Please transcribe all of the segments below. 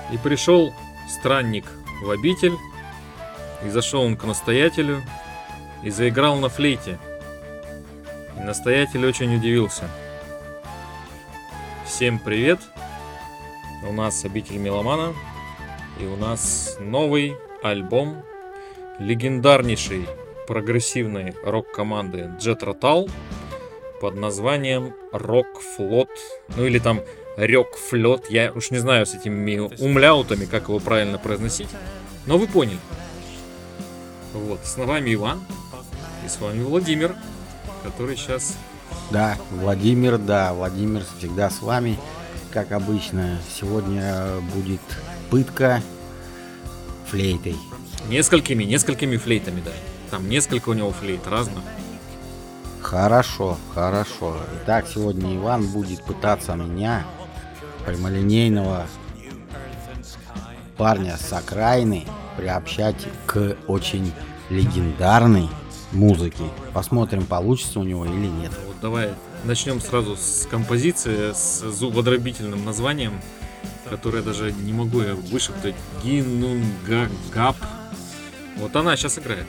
И пришел странник в обитель, и зашел он к настоятелю, и заиграл на флейте. И настоятель очень удивился. Всем привет! У нас обитель меломана, и у нас новый альбом легендарнейшей прогрессивной рок-команды Jethro Tull под названием Рок-флот, ну или там Рёк-флот, я уж не знаю с этими умляутами, как его правильно произносить, но вы поняли. Вот, с вами Иван, и с вами Владимир, который сейчас... Да, Владимир всегда с вами, как обычно. Сегодня будет пытка флейтой. Несколькими флейтами, да. Там несколько у него флейт разных. Хорошо. Итак, сегодня Иван будет пытаться меня, прямолинейного парня с окраины, приобщать к очень легендарной музыке. Посмотрим, получится у него или нет. Вот давай начнем сразу с композиции с зубодробительным названием, которое даже не могу я вышептать. Гинунгагап. Вот она сейчас играет.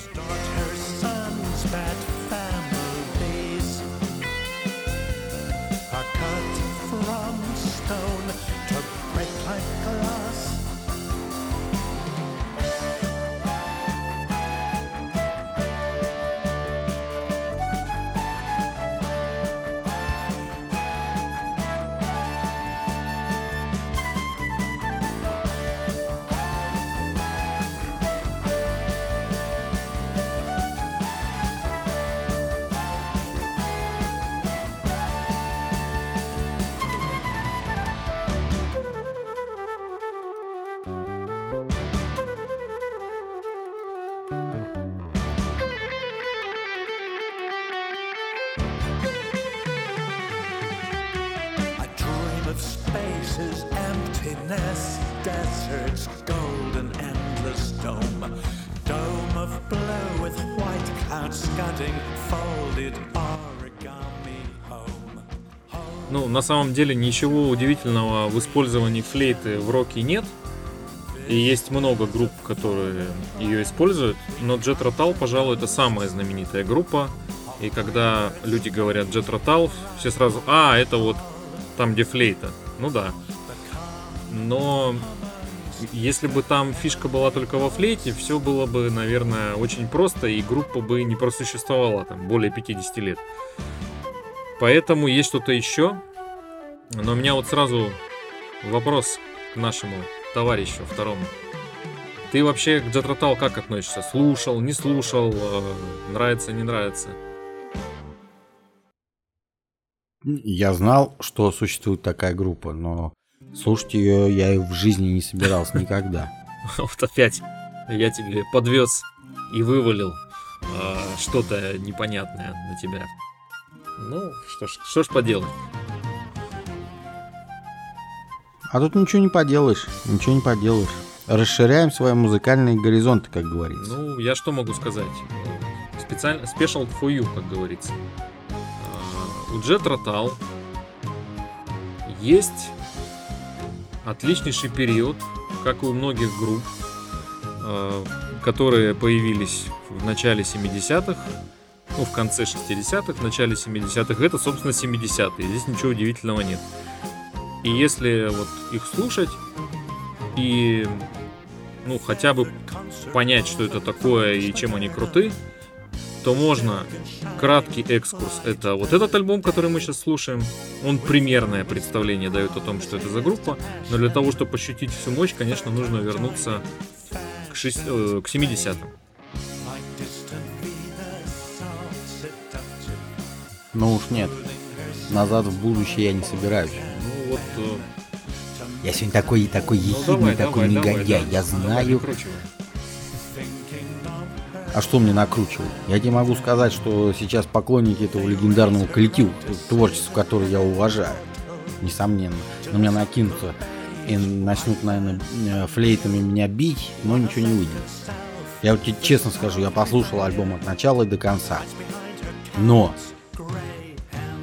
Desert's golden endless dome of blue with white clouds scudding folded origami home. Ну, на самом деле ничего удивительного в использовании флейты в роке нет. И есть много групп, которые ее используют. Но Jethro Tull, пожалуй, это самая знаменитая группа. И когда люди говорят Jethro Tull, все сразу: это вот там, где флейта. Ну да. Но если бы там фишка была только во флейте, все было бы, наверное, очень просто, и группа бы не просуществовала там более 50 лет. Поэтому есть что-то еще. Но у меня вот сразу вопрос к нашему товарищу второму. Ты вообще к Jethro Tull как относишься? Слушал, не слушал, нравится, не нравится? Я знал, что существует такая группа, но слушать ее я и в жизни не собирался никогда. Вот опять я тебе подвез и вывалил что-то непонятное на тебя. Ну, что ж поделать. А тут ничего не поделаешь. Расширяем свои музыкальные горизонты, как говорится. Ну, я что могу сказать? Специально special for you, как говорится. У Jethro Tull есть отличнейший период, как и у многих групп, которые появились в начале 70-х, в конце 60-х, в начале 70-х. Это, собственно, 70-е. Здесь ничего удивительного нет. И если вот их слушать и, хотя бы понять, что это такое и чем они круты, то можно краткий экскурс. Это вот этот альбом, который мы сейчас слушаем. Он примерное представление дает о том, что это за группа. Но для того, чтобы ощутить всю мощь, конечно, нужно вернуться к 70-м. Ну уж нет. Назад в будущее я не собираюсь. Я сегодня такой ехидный, такой негодяй. Я знаю. А что мне накручивать? Я тебе могу сказать, что сейчас поклонники этого легендарного коллектива, творчество, которое я уважаю, несомненно, на меня накинутся и начнут, наверное, флейтами меня бить, но ничего не выйдет. Я вот тебе честно скажу, я послушал альбом от начала и до конца. Но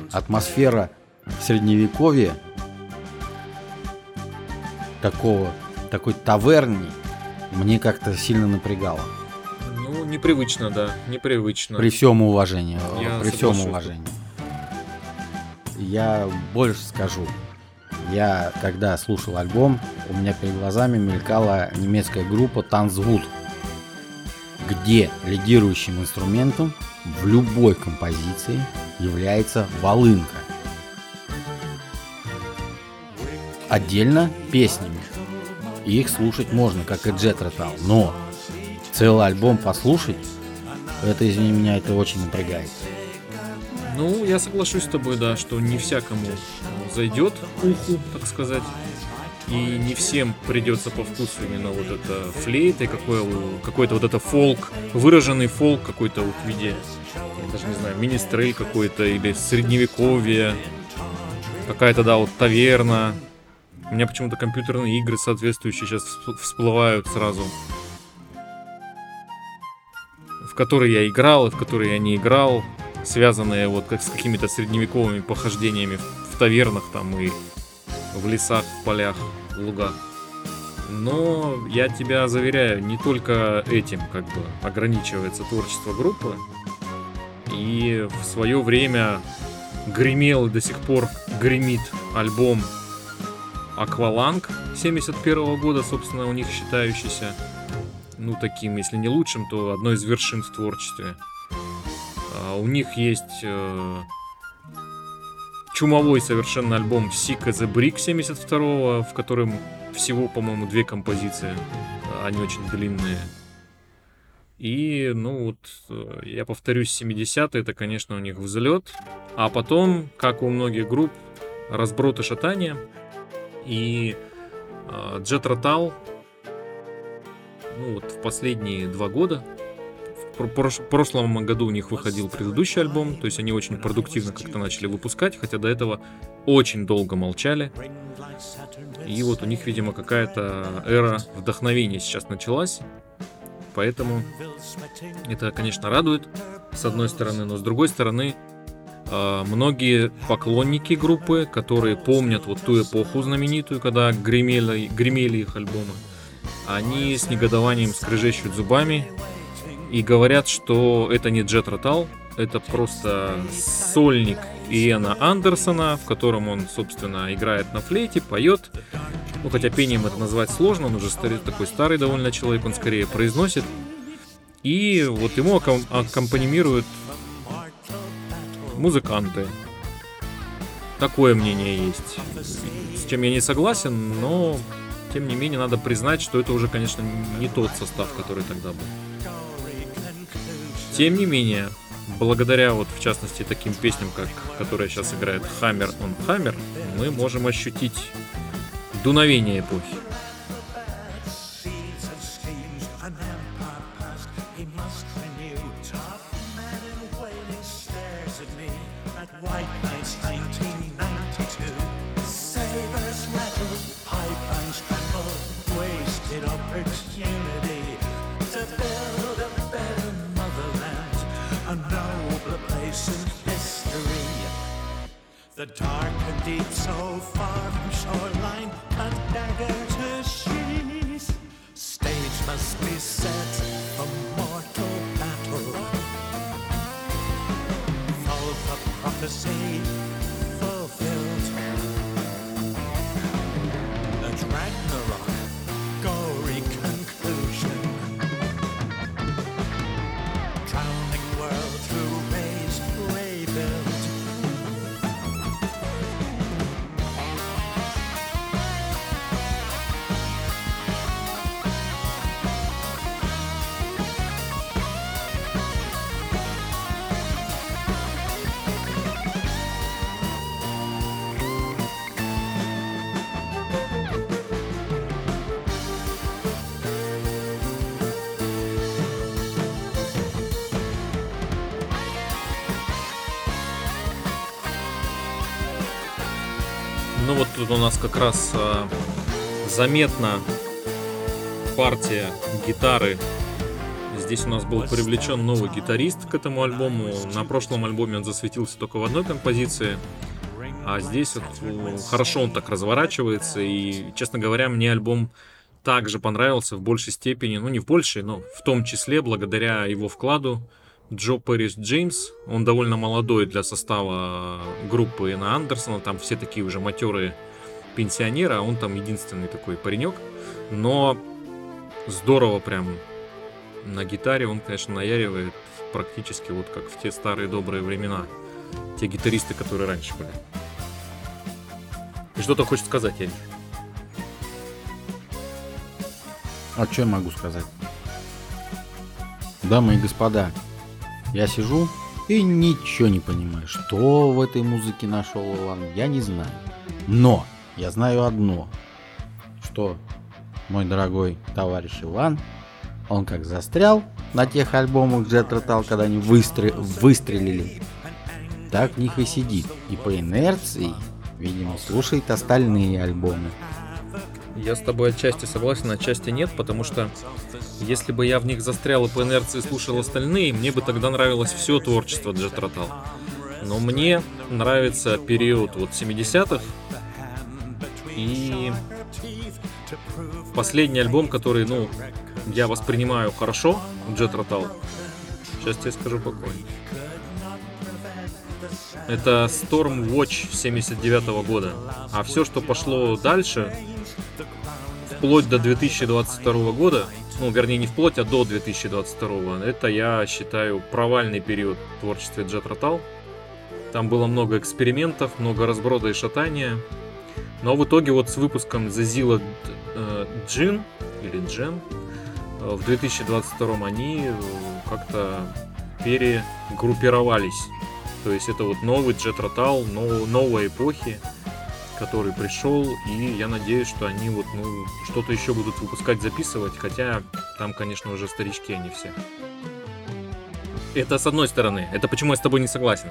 атмосфера средневековья, такого такой таверни мне как-то сильно напрягало. Ну, непривычно, да, непривычно. При всем уважении. Я соглашусь. Я больше скажу. Я, когда слушал альбом, у меня перед глазами мелькала немецкая группа Tanzwut, где лидирующим инструментом в любой композиции является волынка. Отдельно песнями. И их слушать можно, как и Jethro Tull. Но целый альбом послушать, это, извини меня, это очень напрягает. Ну, я соглашусь с тобой, да, что не всякому зайдет уху, так сказать. И не всем придется по вкусу именно вот это флейта, какой-то вот это фолк, выраженный фолк какой-то вот в виде, я даже не знаю, министрель какой-то или средневековье, какая-то, да, вот таверна. У меня почему-то компьютерные игры соответствующие сейчас всплывают сразу, в которые я играл и в которые я не играл, связанные вот как с какими-то средневековыми похождениями в тавернах там и в лесах, в полях, в лугах. Но я тебя заверяю, не только этим как бы ограничивается творчество группы. И в свое время гремел и до сих пор гремит альбом Aqualung 71 года, собственно, у них считающийся, ну, таким, если не лучшим, то одной из вершин в творчестве. У них есть чумовой совершенно альбом Sick as a Brick 72-го, в котором всего, по-моему, 2 композиции. Они очень длинные. И, ну вот, я повторюсь, 70-е, это, конечно, у них взлет. А потом, как у многих групп, разброд и шатание. И Jethro Tull, ну вот, в последние 2 года, в прошлом году у них выходил предыдущий альбом, то есть они очень продуктивно как-то начали выпускать, хотя до этого очень долго молчали. И вот у них, видимо, какая-то эра вдохновения сейчас началась. Поэтому это, конечно, радует, с одной стороны, но с другой стороны, многие поклонники группы, которые помнят вот ту эпоху знаменитую, когда гремели их альбомы, они с негодованием скрежещут зубами и говорят, что это не Jethro Tull, это просто сольник Иэна Андерсона, в котором он, собственно, играет на флейте, поет. Ну, хотя пением это назвать сложно, он уже такой старый довольно человек, он скорее произносит. И вот ему аккомпанируют музыканты. Такое мнение есть. С чем я не согласен, но тем не менее надо признать, что это уже, конечно, не тот состав, который тогда был. Тем не менее, благодаря вот в частности таким песням, которые сейчас играет Hammer on Hammer, мы можем ощутить дуновение эпохи. The dark and deep, so far from shoreline, a dagger to sheath. Stage must be set for mortal battle. All the prophecy fulfilled. The Ragnarok, gory conclusion. Drowning world through rays rebuilt. Ну вот тут у нас как раз заметна партия гитары. Здесь у нас был привлечен новый гитарист к этому альбому. На прошлом альбоме он засветился только в одной композиции. А здесь вот хорошо он так разворачивается. И, честно говоря, мне альбом также понравился в большей степени, ну не в большей, но в том числе благодаря его вкладу Джо Пэрис Джеймс. Он довольно молодой для состава группы Иэна Андерсона, там все такие уже матерые пенсионеры, а он там единственный такой паренек. Но здорово прям на гитаре он, конечно, наяривает практически вот как в те старые добрые времена. Те гитаристы, которые раньше были. И что-то хочешь сказать, я вижу. А что я могу сказать? Дамы и господа, я сижу и ничего не понимаю. Что в этой музыке нашел Иван, я не знаю. Но я знаю одно, что мой дорогой товарищ Иван, он как застрял на тех альбомах Jethro Tull, когда они выстрелили, так в них и сидит. И по инерции, видимо, слушает остальные альбомы. Я с тобой отчасти согласен, отчасти нет, потому что если бы я в них застрял и по инерции слушал остальные, мне бы тогда нравилось все творчество Jethro Tull. Но мне нравится период вот 70-х и последний альбом, который, ну, я воспринимаю хорошо, Jethro Tull. Сейчас тебе скажу какой. Это Storm Watch 79 года. А все, что пошло дальше, вплоть до 2022 года, ну, вернее, не вплоть, а до 2022, это, я считаю, провальный период в творчестве Jethro Tull. Там было много экспериментов, много разброда и шатания. Но в итоге вот с выпуском The Zilla Gin, или Gen, в 2022 они как-то перегруппировались. То есть это вот новый Jethro Tull, новой эпохи, который пришел, и я надеюсь, что они вот, ну, что-то еще будут выпускать, записывать, хотя там, конечно, уже старички они все. Это с одной стороны. Это почему я с тобой не согласен.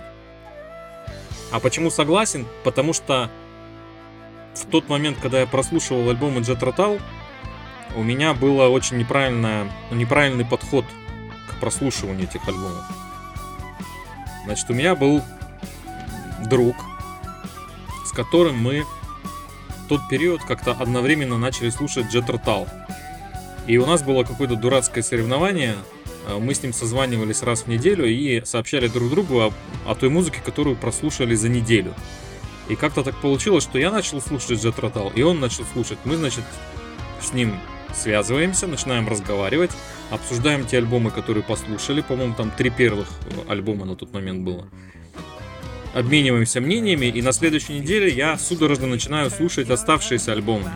А почему согласен? Потому что в тот момент, когда я прослушивал альбомы Jethro Tull, у меня был очень неправильный подход к прослушиванию этих альбомов. Значит, у меня был друг, с которым мы в тот период как-то одновременно начали слушать Jethro Tull. И у нас было какое-то дурацкое соревнование. Мы с ним созванивались раз в неделю и сообщали друг другу о той музыке, которую прослушали за неделю. И как-то так получилось, что я начал слушать Jethro Tull, и он начал слушать. Мы, значит, с ним связываемся, начинаем разговаривать, обсуждаем те альбомы, которые послушали. По-моему, там 3 первых альбома на тот момент было. Обмениваемся мнениями, и на следующей неделе я судорожно начинаю слушать оставшиеся альбомы.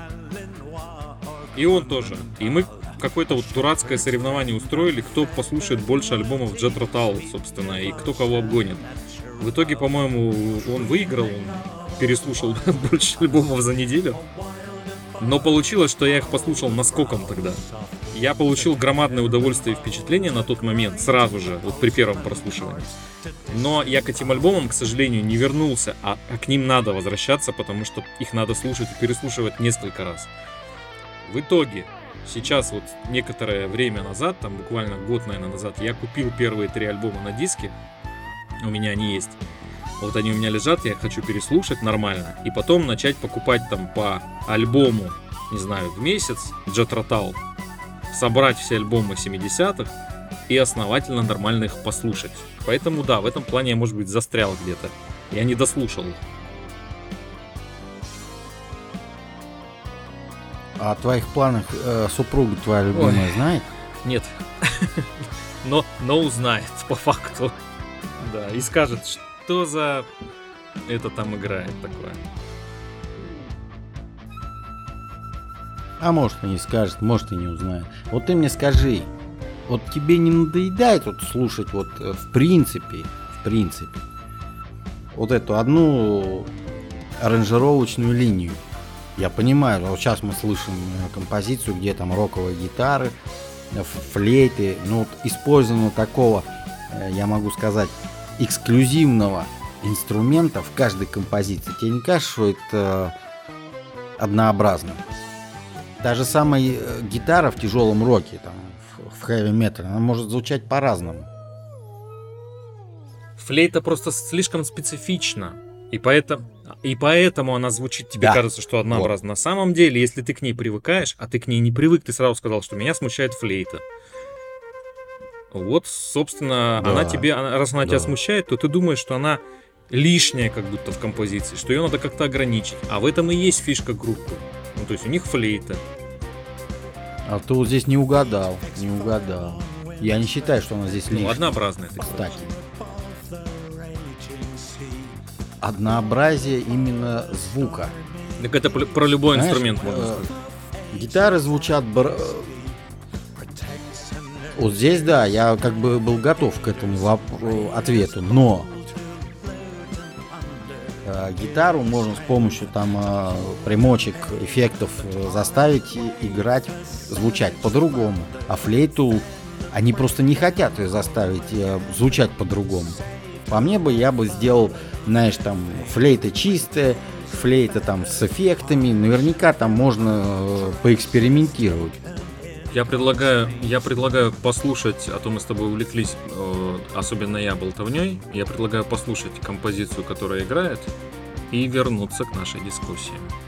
И он тоже. И мы какое-то вот дурацкое соревнование устроили, кто послушает больше альбомов Jethro Tull, собственно, и кто кого обгонит. В итоге, по-моему, он выиграл, он переслушал больше альбомов за неделю. Но получилось, что я их послушал наскоком тогда. Я получил громадное удовольствие и впечатление на тот момент, сразу же, вот при первом прослушивании. Но я к этим альбомам, к сожалению, не вернулся, а к ним надо возвращаться, потому что их надо слушать и переслушивать несколько раз. В итоге, сейчас вот некоторое время назад, там буквально год, наверное, назад, я купил первые 3 альбома на диске. У меня они есть. Вот они у меня лежат, я их хочу переслушать нормально. И потом начать покупать там по альбому, не знаю, в месяц Jethro Tull. Собрать все альбомы 70-х и основательно нормально их послушать. Поэтому да, в этом плане я, может быть, застрял где-то. Я не дослушал их. А о твоих планах супруга твоя любимая знает? Нет. Но узнает по факту. Да, и скажет, что за это там играет такое. А может и не скажет, может и не узнает. Вот ты мне скажи, вот тебе не надоедает вот слушать вот в принципе, вот эту одну аранжировочную линию? Я понимаю, вот сейчас мы слышим композицию, где там роковые гитары, флейты, ну вот использование такого, я могу сказать, эксклюзивного инструмента в каждой композиции. Тебе не кажется, что это однообразно? Та же самая гитара в тяжелом роке, там, в хэви-метале, она может звучать по-разному. Флейта просто слишком специфична. И поэтому И поэтому она звучит, тебе Да. кажется, что однообразно. На самом деле, если ты к ней привыкаешь, а ты к ней не привык, ты сразу сказал, что меня смущает флейта. Вот, собственно, Да. она тебе, раз она тебя Да. смущает, то ты думаешь, что она лишняя как будто в композиции, что ее надо как-то ограничить. А в этом и есть фишка группы. Ну, то есть у них флейта. А ты вот здесь не угадал. Я не считаю, что она здесь Ну, лишняя. однообразная. ты говоришь. Кстати. Однообразие именно звука. Так это про любой Знаешь, инструмент можно сказать. Гитары звучат... Вот здесь, да, я как бы был готов к этому ответу, но гитару можно с помощью там примочек, эффектов заставить играть, звучать по-другому. А флейту они просто не хотят ее заставить звучать по-другому. По мне бы я бы сделал, знаешь, там флейта чистая, флейта там с эффектами. Наверняка там можно поэкспериментировать. Я предлагаю послушать, а то мы с тобой увлеклись, особенно я болтовней. Я предлагаю послушать композицию, которая играет, и вернуться к нашей дискуссии.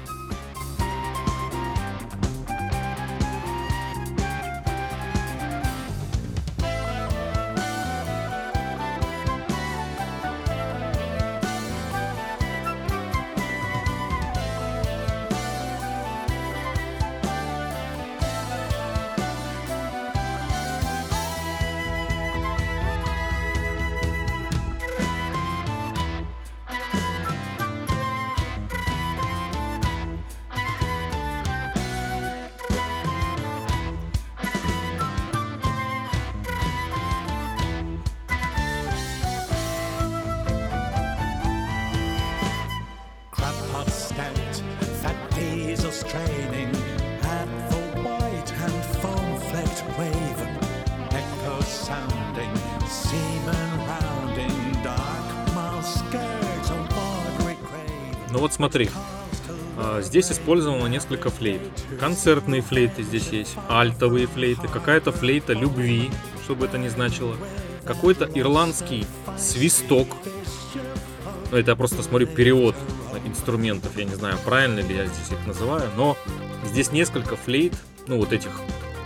Crab stout, fat diesel straining at the white and foam-flecked wave. Echoes sounding, seamen rounding, dark mouse skirts on watery grave. Ну вот смотри, здесь использовано несколько флейт. Концертные флейты здесь есть, альтовые флейты, какая-то флейта любви, что бы это ни значило, какой-то ирландский свисток. Это я просто смотрю перевод инструментов, я не знаю, правильно ли я здесь их называю, но здесь несколько флейт, ну вот этих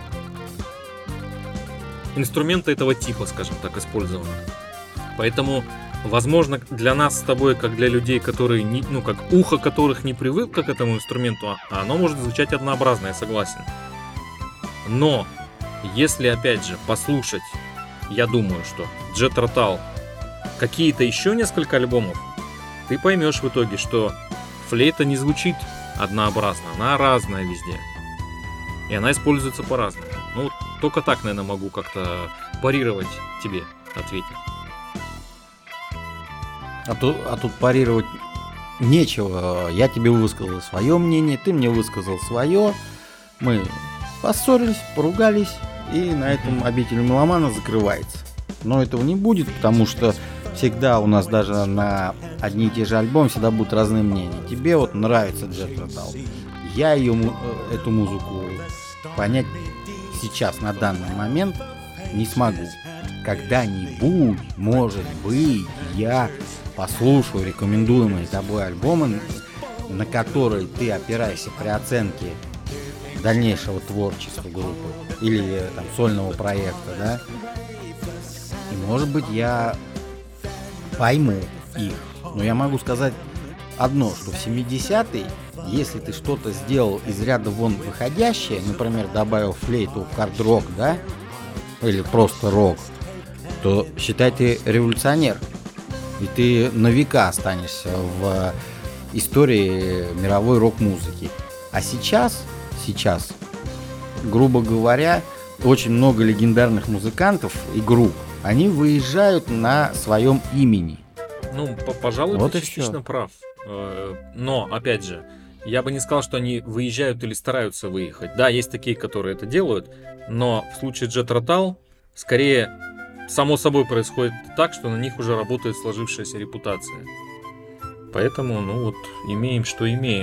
инструмента этого типа, скажем так, использовано. Поэтому, возможно, для нас с тобой, как для людей, которые не, ну как ухо которых не привыкло к этому инструменту, оно может звучать однообразно, я согласен. Но если опять же послушать, я думаю, что Jet Rotal какие-то еще несколько альбомов, ты поймешь в итоге, что флейта не звучит однообразно, она разная везде. И она используется по-разному. Ну, только так, наверное, могу как-то парировать тебе, ответить. А тут парировать нечего. Я тебе высказал свое мнение, ты мне высказал свое. Мы поссорились, поругались, и на этом обитель меломана закрывается. Но этого не будет, потому что всегда у нас даже на одни и те же альбомы всегда будут разные мнения. Тебе вот нравится Jet Rotal. Я эту музыку понять сейчас, на данный момент, не смогу. Когда-нибудь, может быть, я послушаю рекомендуемые тобой альбомы, на которые ты опираешься при оценке дальнейшего творчества группы или там сольного проекта, да? И может быть я пойму их. Но я могу сказать одно, что в 70-е, если ты что-то сделал из ряда вон выходящее, например, добавил флейту в хард-рок, да, или просто рок, то считай, ты революционер. И ты на века останешься в истории мировой рок-музыки. А сейчас, грубо говоря, очень много легендарных музыкантов и групп, они выезжают на своем имени. Ну, пожалуй, Вот ты и частично всё. прав. Но, опять же, я бы не сказал, что они выезжают или стараются выехать. Да, есть такие, которые это делают, но в случае Jet Rotal, скорее, само собой происходит так, что на них уже работает сложившаяся репутация. Поэтому, ну вот, имеем, что имеем.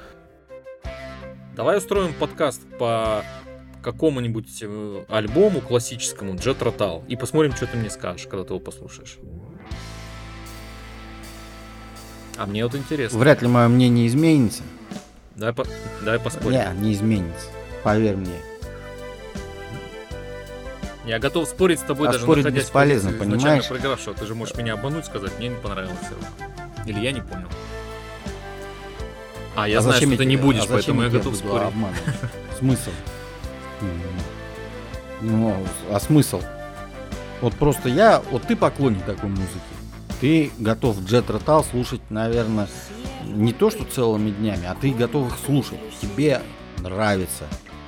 Давай устроим подкаст по какому-нибудь альбому классическому Jet Rotal и посмотрим, что ты мне скажешь, когда ты его послушаешь. А мне вот интересно. Вряд ли мое мнение изменится. Давай поспорим. Не изменится. Поверь мне. Я готов спорить с тобой, даже спорить находясь бесполезно, в позиции понимаешь? изначально проигравшего. Ты же можешь меня обмануть, сказать, мне не понравилось. Или я не понял. Я знаю, что ты не будешь, поэтому я готов спорить. Смысл? Ну, а смысл? Вот просто ты поклонник такой музыки. Ты готов Jet Rotal слушать, наверное, не то что целыми днями, а ты готов их слушать. Тебе нравится.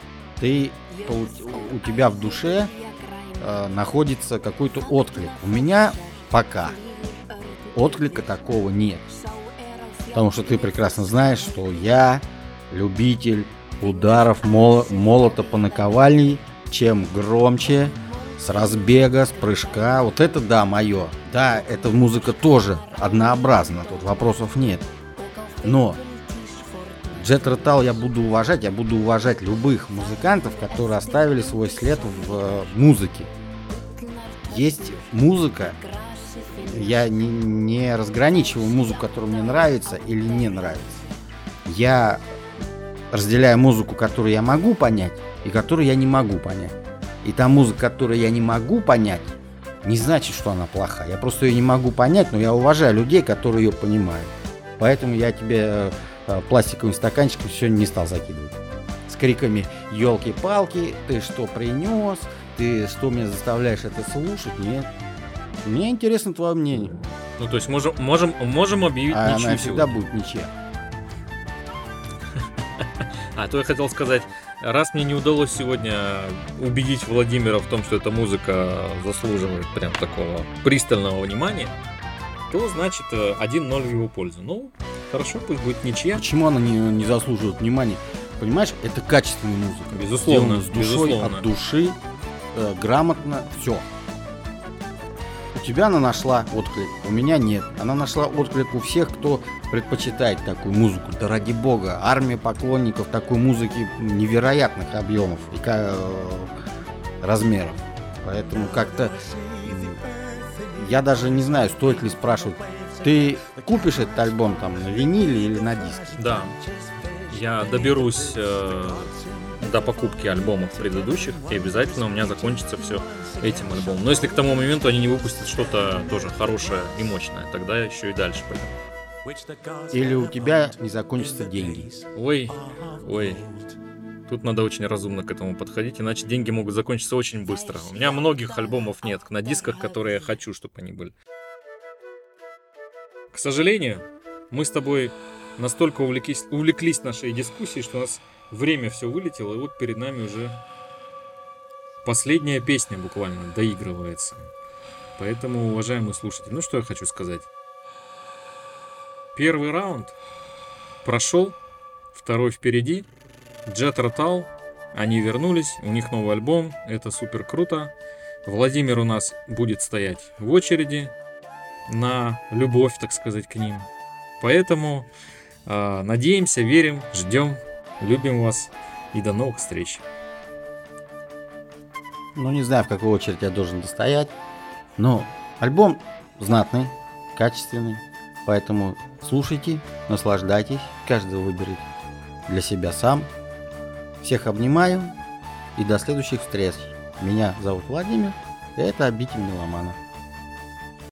У тебя в душе находится какой-то отклик. У меня пока отклика такого нет. Потому что ты прекрасно знаешь, что я любитель ударов молота по наковальне. Чем громче, с разбега, с прыжка. Вот это да, мое. Да, эта музыка тоже однообразна, тут вопросов нет. Но Jet Rotal я буду уважать любых музыкантов, которые оставили свой след в музыке. Есть музыка, я не разграничиваю музыку, которая мне нравится или не нравится. Я разделяю музыку, которую я могу понять, и которую я не могу понять. И та музыка, которую я не могу понять, не значит, что она плохая. Я просто ее не могу понять, но я уважаю людей, которые ее понимают. Поэтому я тебе пластиковым стаканчиком сегодня не стал закидывать. С криками «Елки-палки, ты что принес? Ты что меня заставляешь это слушать?» Нет. Мне интересно твое мнение. Ну, то есть можем объявить ничью она всегда сегодня. будет ничья. То я хотел сказать, раз мне не удалось сегодня убедить Владимира в том, что эта музыка заслуживает прям такого пристального внимания, то значит 1-0 в его пользу. Ну, хорошо, пусть будет ничья. Почему она не заслуживает внимания? Понимаешь, это качественная музыка. Безусловно, Сделана с душой, от души, грамотно, все. У тебя она нашла отклик, у меня нет. Она нашла отклик у всех, кто предпочитает такую музыку. Да ради бога, армия поклонников такой музыки невероятных объемов и размеров. Поэтому как-то я даже не знаю, стоит ли спрашивать. Ты купишь этот альбом там на виниле или на диске? Да. Я доберусь до покупки альбомов предыдущих, и обязательно у меня закончится все этим альбомом. Но если к тому моменту они не выпустят что-то тоже хорошее и мощное, тогда еще и дальше пойдем. Или у тебя не закончатся деньги? Ой. Тут надо очень разумно к этому подходить, иначе деньги могут закончиться очень быстро. У меня многих альбомов нет на дисках, которые я хочу, чтобы они были. К сожалению, мы с тобой настолько увлеклись нашей дискуссией, что у нас время все вылетело, и вот перед нами уже последняя песня буквально доигрывается. Поэтому, уважаемые слушатели, ну что я хочу сказать. Первый раунд прошел, второй впереди. Jet Rotal, они вернулись, у них новый альбом, это супер круто. Владимир у нас будет стоять в очереди на любовь, так сказать, к ним. Поэтому надеемся, верим, ждем, любим вас и до новых встреч. Ну, не знаю, в какую очередь я должен достоять, но альбом знатный, качественный, поэтому слушайте, наслаждайтесь, каждый выберет для себя сам. Всех обнимаю и до следующих встреч. Меня зовут Владимир, и это «Обитель меломана».